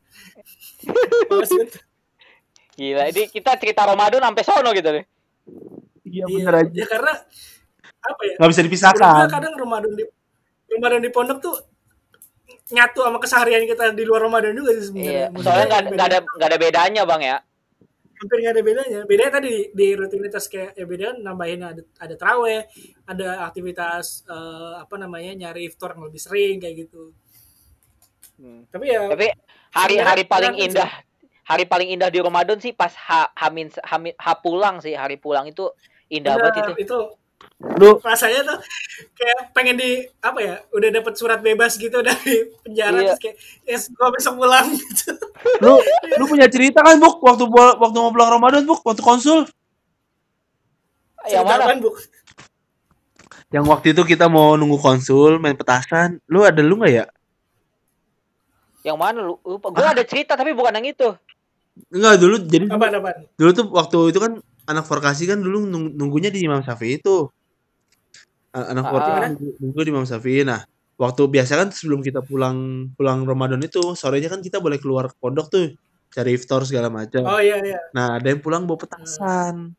Gila, ini kita cerita Ramadan sampai sono gitu deh. Iya bener aja. Ya karena apa ya? Nggak bisa dipisahkan. Kadang Ramadan di pondok tuh nyatu sama keseharian kita di luar Ramadan juga sih sebenarnya. Iya. Soalnya nggak ada bedanya bang ya. Hampir nggak ada bedanya. Bedanya tadi di rutinitas kayak ya beda nambahin ada taraweh, ada aktivitas nyari iftar yang lebih sering kayak gitu. Tapi hari paling indah di Ramadan sih pas pulang sih, hari pulang itu indah banget itu. Lu rasanya tuh kayak pengen udah dapat surat bebas gitu dari penjara terus kayak gua besok pulang gitu. Lu punya cerita kan Buk waktu mau pulang Ramadan Buk waktu konsul? Yang mana? Buk? Yang waktu itu kita mau nunggu konsul main petasan, lu nggak ya? Yang mana lu? Gue ada cerita tapi bukan yang itu. Enggak, dulu jadi apaan? Dulu tuh waktu itu kan anak vokasi kan dulu nunggunya di Imam Syafi'i itu. Anak vokasi nunggu di Imam Syafi'i. Nah, waktu biasa kan sebelum kita pulang Ramadan itu, sorenya kan kita boleh keluar ke pondok tuh cari iftar segala macam. Oh iya. Nah, ada yang pulang bawa petasan.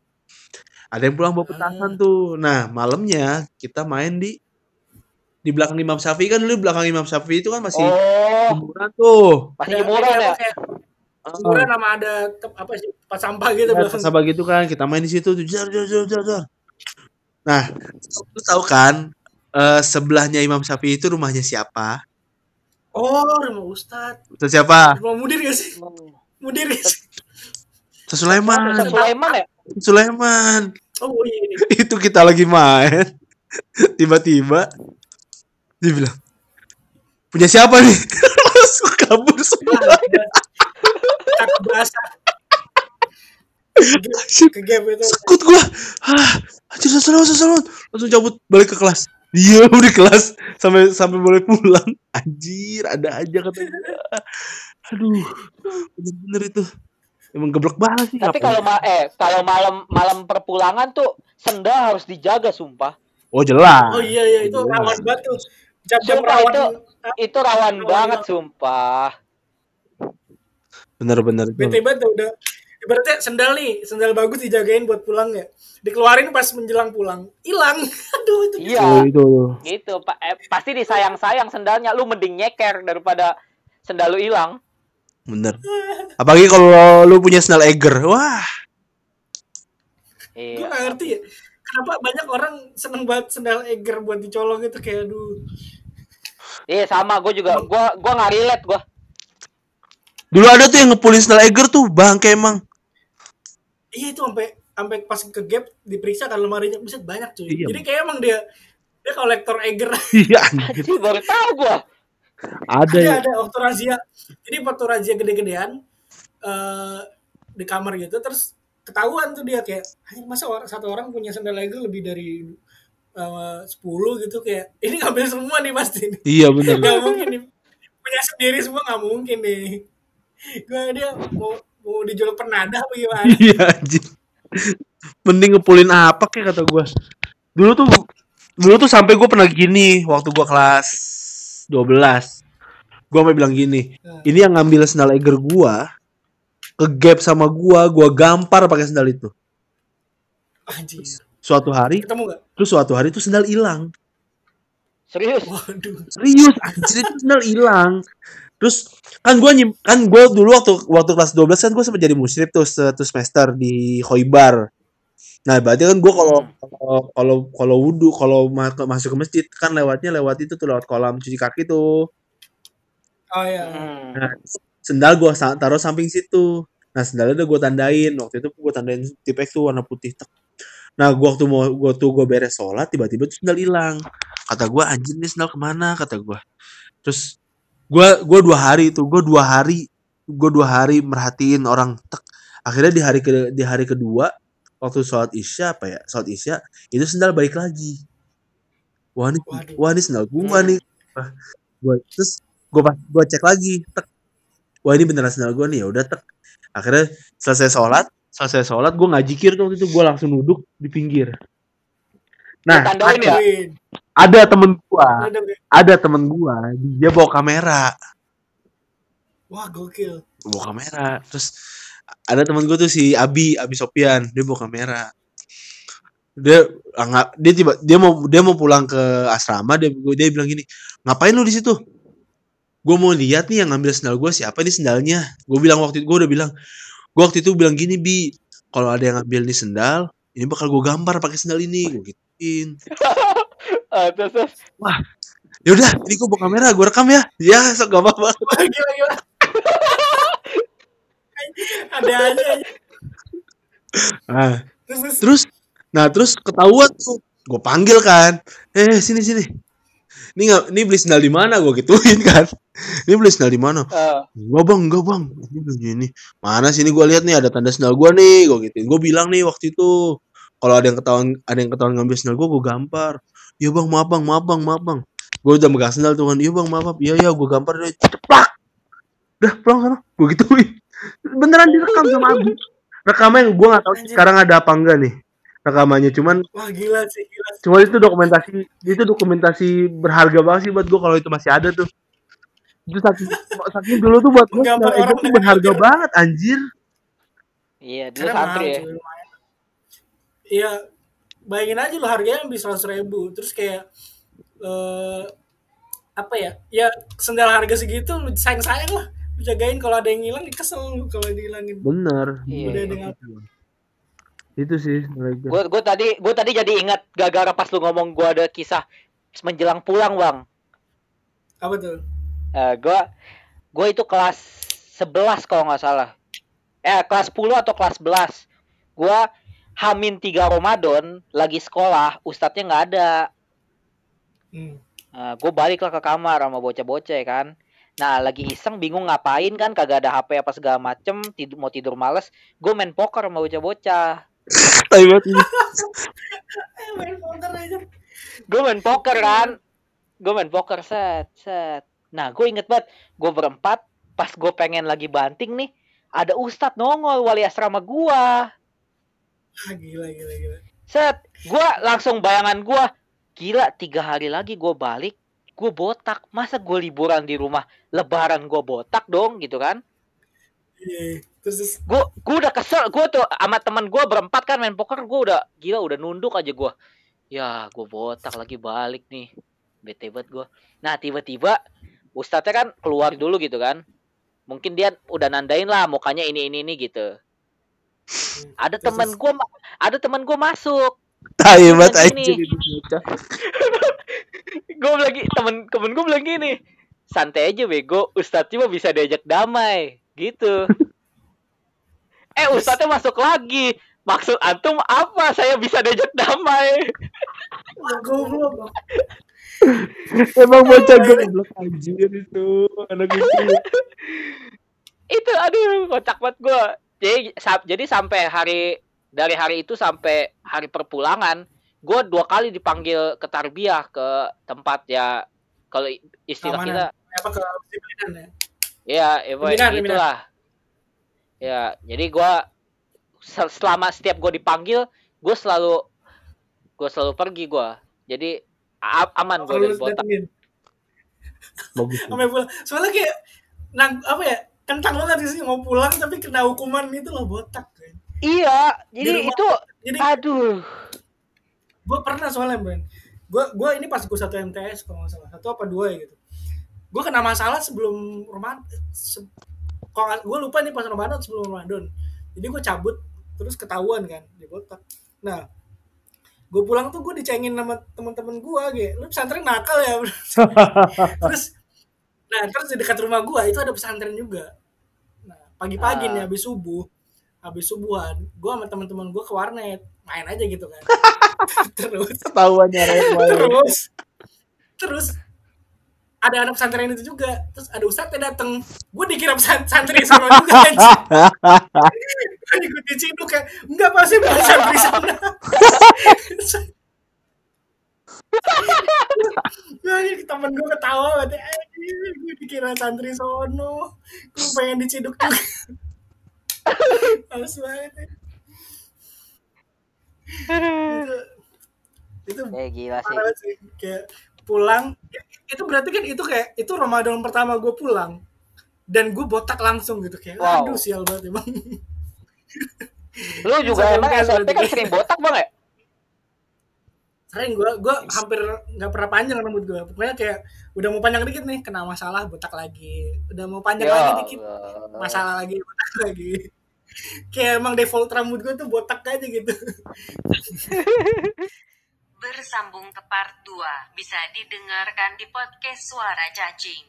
Tuh. Nah, malamnya kita main di belakang Imam Syafi'i kan dulu belakang Imam Syafi'i itu kan masih jemuran tuh. Masih jemuran ya. Jemuran sama ada tempat sampah gitu belakang. Sampah gitu kan, kita main di situ tuh. Jar. Nah, lu tahu kan sebelahnya Imam Syafi'i itu rumahnya siapa? Oh, rumah Ustadz. Itu siapa? Rumah Mudir gak sih? Mudir gak sih? Sulaiman ya? Sulaiman. Oh iya. Itu kita lagi main. Tiba-tiba dia bilang, punya siapa nih? Langsung kabur semua. Kata bahasa. Kegap itu. Sekut gua. Anjir, langsung cabut balik ke kelas. Diam di kelas sampai boleh pulang. Anjir, ada aja katanya. Aduh, bener-bener itu. Emang geblek banget sih. Tapi kalau malam perpulangan tuh sendal harus dijaga sumpah. Oh jelas. Oh iya itu rawan banget tuh. Jam rawan itu rawan banget sumpah. Bener. Bete banget udah. Ibaratnya sendal bagus dijagain buat pulang ya. Dikeluarin pas menjelang pulang, hilang. Aduh itu. Iya. Gitu. Pasti disayang-sayang sendalnya. Lu mending nyeker daripada sendal lu hilang. Bener. Apalagi kalau lu punya sandal Eiger. Wah. Gue gak ngerti ya. Kenapa banyak orang seneng banget sandal Eiger buat dicolong gitu kayak aduh. Iya sama, gue juga. Gue gak relate gue. Dulu ada tuh yang ngepulin sandal Eiger tuh, bangke emang. Iya itu sampai pas ke Gap diperiksa kan lemarinya bisa banyak cuy. Iya. Jadi kayak emang dia kolektor Eiger. Iya anjir. Baru tahu gue. Ada waktu razia. Jadi waktu razia gede-gedean di kamar gitu terus ketahuan tuh dia kayak masa satu orang punya sandal Eiger lebih dari 10 gitu kayak ini ngambil semua nih pasti. Iya benar. Gak mungkin nih punya sendiri semua nggak mungkin nih. Dia mau dijual penada apa gimana? Iya anjir. Mending ngepulin apa kayak kata gue. Dulu tuh sampai gue pernah gini waktu gue kelas 12. Gue sampai bilang gini, ini yang ngambil sandal Eiger gue ke Gap sama gue gampar pakai sandal itu. Anjir. Suatu hari ketemu gak? Terus suatu hari itu sandal hilang. Serius? Waduh. Serius anjir itu sandal hilang. Terus kan gue dulu waktu kelas 12 kan gue sempat jadi musyrif tuh satu semester di Khoibar. Nah, berarti kan gue kalau wudu, kalau masuk ke masjid kan lewat itu tuh lewat kolam cuci kaki tuh. Oh iya. Nah, sendal gue taruh samping situ. Nah, sendalnya udah gue tandain. Waktu itu gue tandain Tipex tuh warna putih. Nah, gue beres sholat, tiba-tiba tuh sendal hilang. Kata gue, anjir nih sendal kemana? Kata gue. Terus gue 2 hari merhatiin orang. Akhirnya di hari kedua waktu sholat isya itu sendal balik lagi. Wah ini sendal gue nih. Terus gue cek lagi. Wah ini beneran sendal gue nih. Ya udah akhirnya selesai sholat gue nggak jikir tuh waktu itu, gue langsung duduk di pinggir. Nah ada temen gue dia bawa kamera. Wah gokil. Bawa kamera. Terus ada temen gue tuh si Abi Sopian, dia bawa kamera. Dia mau pulang ke asrama, dia bilang gini, ngapain lu di situ? gue mau lihat nih yang ngambil sendal gue siapa nih sendalnya. Gue waktu itu bilang gini, Bi, kalau ada yang ngambil nih sendal, ini bakal gue gambar pakai sendal ini, gue gituin. Terus. Wah, yaudah, ini gue bawa kamera, gue rekam ya. Ya, sok gak apa-apa. Gila. Ada aja. Terus ketahuan tuh, gue panggil kan, sini. Ini beli sendal di mana? Gue gituin kan. Ini beli sendal di mana? Enggak bang. Ini begini. Mana sini gue lihat nih ada tanda sendal gue nih. Gue gituin. Gue bilang nih waktu itu, kalau ada yang ketahuan ngambil sendal gue gampar. Iya bang, maaf bang. Gue udah megang sendal tuh kan. Iya bang, maaf. Iya, gue gampar deh. Ceplak. Udah pulang sana. Gue gituin. Beneran direkam sama Abi. Rekaman gue nggak tahu sekarang ada apa enggak nih rekamannya, cuman wah gila sih. Cuman itu dokumentasi berharga banget sih buat gue kalau itu masih ada tuh. Itu saking dulu tuh buat gue itu berharga banget anjir. Iya, dulu santri ya. Iya, bayangin aja lo harganya bisa 100.000. Terus kayak apa ya? Ya sendal harga segitu lu sayang lah. Lu jagain, kalau ada yang hilang kesel lu kalau dihilangin. Bener. Iya. Itu sih. Gue tadi jadi ingat gara-gara pas lu ngomong gue ada kisah menjelang pulang, Bang. Apa tuh? Gue itu kelas 11 kalau nggak salah. Kelas 10 atau kelas 11. Gue H-3 Ramadan lagi sekolah, ustadznya nggak ada. Gue baliklah ke kamar sama bocah-bocah ya kan. Nah lagi iseng bingung ngapain kan, kagak ada HP apa segala macem, mau tidur males. Gue main poker sama bocah-bocah. Gue main poker kan. Gue main poker set. Nah gue inget banget, gue berempat pas gue pengen lagi banting nih, ada ustadz nongol wali asrama gue. Gila. Set, gue langsung bayangan gue, gila 3 hari lagi gue balik, gue botak. Masa gue liburan di rumah, lebaran gue botak dong gitu kan. Terus gue udah kesel. Gue tuh sama teman gue berempat kan main poker, gue udah gila, udah nunduk aja gue. Ya gue botak lagi balik nih, bete banget gue. Nah tiba-tiba ustadznya kan keluar dulu gitu kan. Mungkin dia udah nandain lah mukanya ini gitu. Ada teman gue masuk. Hebat aja. Gue lagi temen gue bilang gini, santai aja bego, ustadz cuma bisa diajak damai gitu. Ustadznya masuk lagi. Maksud antum apa saya bisa diajak damai? Goblok. Emang bocah goblok anjir itu anak itu. Itu aduh kocak banget gue. Jadi sampai dari hari itu sampai hari perpulangan, gue 2 kali dipanggil ke tarbiyah ke tempat ya, kalau istilah kita apa ke pimpinan ya? Iya, itulah. Ya, jadi gue selama setiap gue dipanggil, gue selalu pergi gue. Jadi aman gue dari botak. Bagus. Soalnya kayak apa ya? Kentang banget sih mau pulang tapi kena hukuman itu loh, botak kan. Iya, jadi aduh. Gue pernah soalnya, Bren. Gue ini pas gue 1 MTS kalau nggak salah, 1 apa 2 ya gitu. Gue kena masalah sebelum Ramadan. Gue lupa nih pas Ramadan sebelum Ramadan. Jadi gue cabut terus ketahuan kan di botak. Nah, gue pulang tuh gue dicengin sama teman-teman gue gitu. Lu pesantren nakal ya. terus di dekat rumah gue itu ada pesantren juga. Nah, pagi-pagi nih habis subuhan, gue sama teman-teman gue ke warnet main aja gitu kan. Terus ketahuannya terus ada anak pesantren itu juga. Terus ada ustadznya dateng, gue dikira santri sama juga anjing. Gue ikut diciduk kayak enggak pasti bukan santri sana. Temen gue ketawa banget, gue dikira santri sono, gue pengen diciduk juga. Males banget. Itu gila sih. Kayak pulang itu berarti kan itu Ramadan pertama gue pulang dan gue botak langsung gitu kayak aduh sial banget emang. Lu juga emang SMP kan sering botak Bang ya? Sering gue hampir nggak pernah panjang rambut gue. Pokoknya kayak udah mau panjang dikit nih kena masalah botak lagi. Udah mau panjang Ya lagi dikit Allah. masalah lagi botak lagi. Kayak emang default rambut gue tuh botak aja gitu. Bersambung ke part 2 bisa didengarkan di podcast Suara Cacing.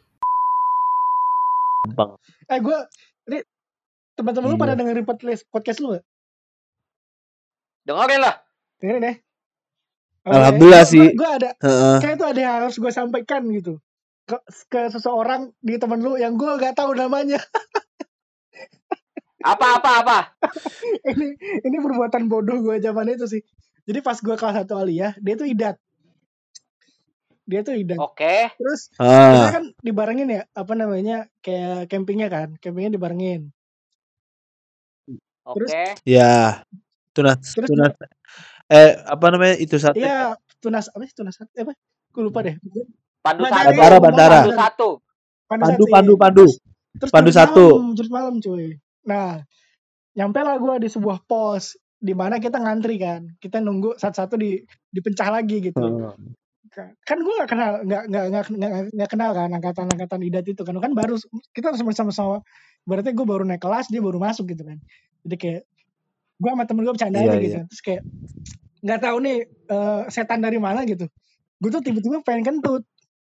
Gue ini teman-teman lu pada dengerin podcast lu gak? Dengerin lah. Dengerin ya. Alhamdulillah sih. Gue ada kayak itu ada yang harus gue sampaikan gitu ke seseorang di temen lu yang gue gak tahu namanya. Apa? ini perbuatan bodoh gue zaman itu sih. Jadi pas gue kelas 1 aliyah, dia tuh idat. Oke. Terus kita kan dibarengin ya, apa namanya, kayak campingnya dibarengin. Oke. Ya. Tunas. Apa namanya itu sate? Iya, tunas apa? Gue lupa deh. Bandara. Pandu. Terus Pandu jurus malam cuy. Nah, nyampe lah gue di sebuah pos di mana kita ngantri kan. Kita nunggu satu-satu dipecah lagi gitu. Kan gue nggak kenal kan angkatan idat itu kan baru kita sama-sama berarti gue baru naik kelas dia baru masuk gitu kan. Jadi kayak gue sama temen gue bercanda aja gitu. Terus kayak nggak tahu nih setan dari mana gitu. Gue tuh tiba-tiba pengen kentut.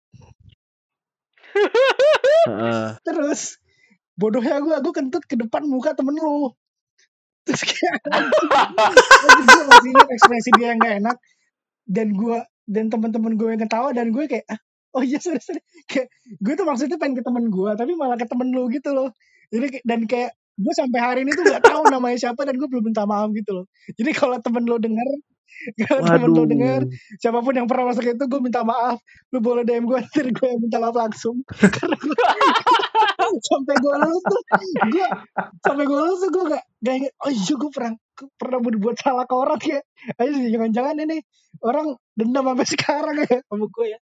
Terus bodohnya gue kentut ke depan muka temen lu. Terus kayak gue masih lihat ekspresi dia yang gak enak dan teman-teman gue yang ketawa dan gue kayak oh iya sorry kayak gue tuh maksudnya pengen ke temen gue tapi malah ke temen lu gitu loh. Jadi dan kayak gue sampai hari ini tuh gak tahu namanya siapa dan gue belum minta maaf gitu loh. Jadi kalau temen lu denger siapapun yang pernah masuk itu gue minta maaf, lu boleh DM gue nanti gue minta maaf langsung. Karena sampai gue lulus tuh gue gak inget oh iya gue pernah berbuat salah ke orang ya. Ayo jangan-jangan ini orang dendam sampai sekarang ya sama gue ya.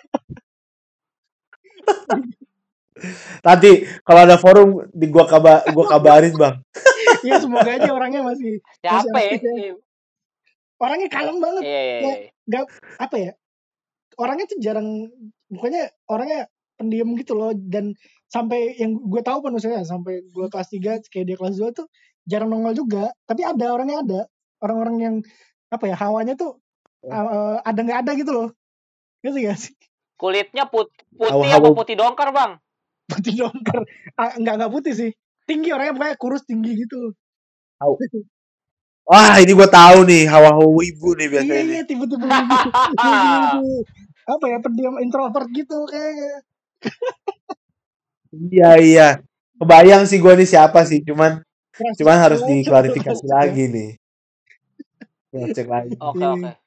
Nanti kalau ada forum gua kabarin bang. Iya semoga aja orangnya masih Capek. Orangnya kalem banget. Iya. Gak apa ya. Orangnya tuh jarang, pokoknya orangnya pendiam gitu loh dan sampai yang gue tahu pun maksudnya sampai gue kelas 3 kayak dia kelas 2 tuh jarang nongol juga. Tapi orangnya ada. Orang-orang yang apa ya hawanya tuh ada nggak ada gitu loh. Gitu gak sih? Kulitnya putih apa putih dongkar bang? Putih dongkar. Nggak putih sih. Tinggi orangnya pokoknya kurus tinggi gitu. Wah ini gue tahu nih hawa-hawa ibu nih biasanya. Iya tiba-tiba apa ya pendiam introvert gitu kayaknya. Iya. Kebayang sih gue nih siapa sih, cuman harus diklarifikasi lagi nih. Cek lagi. Oke.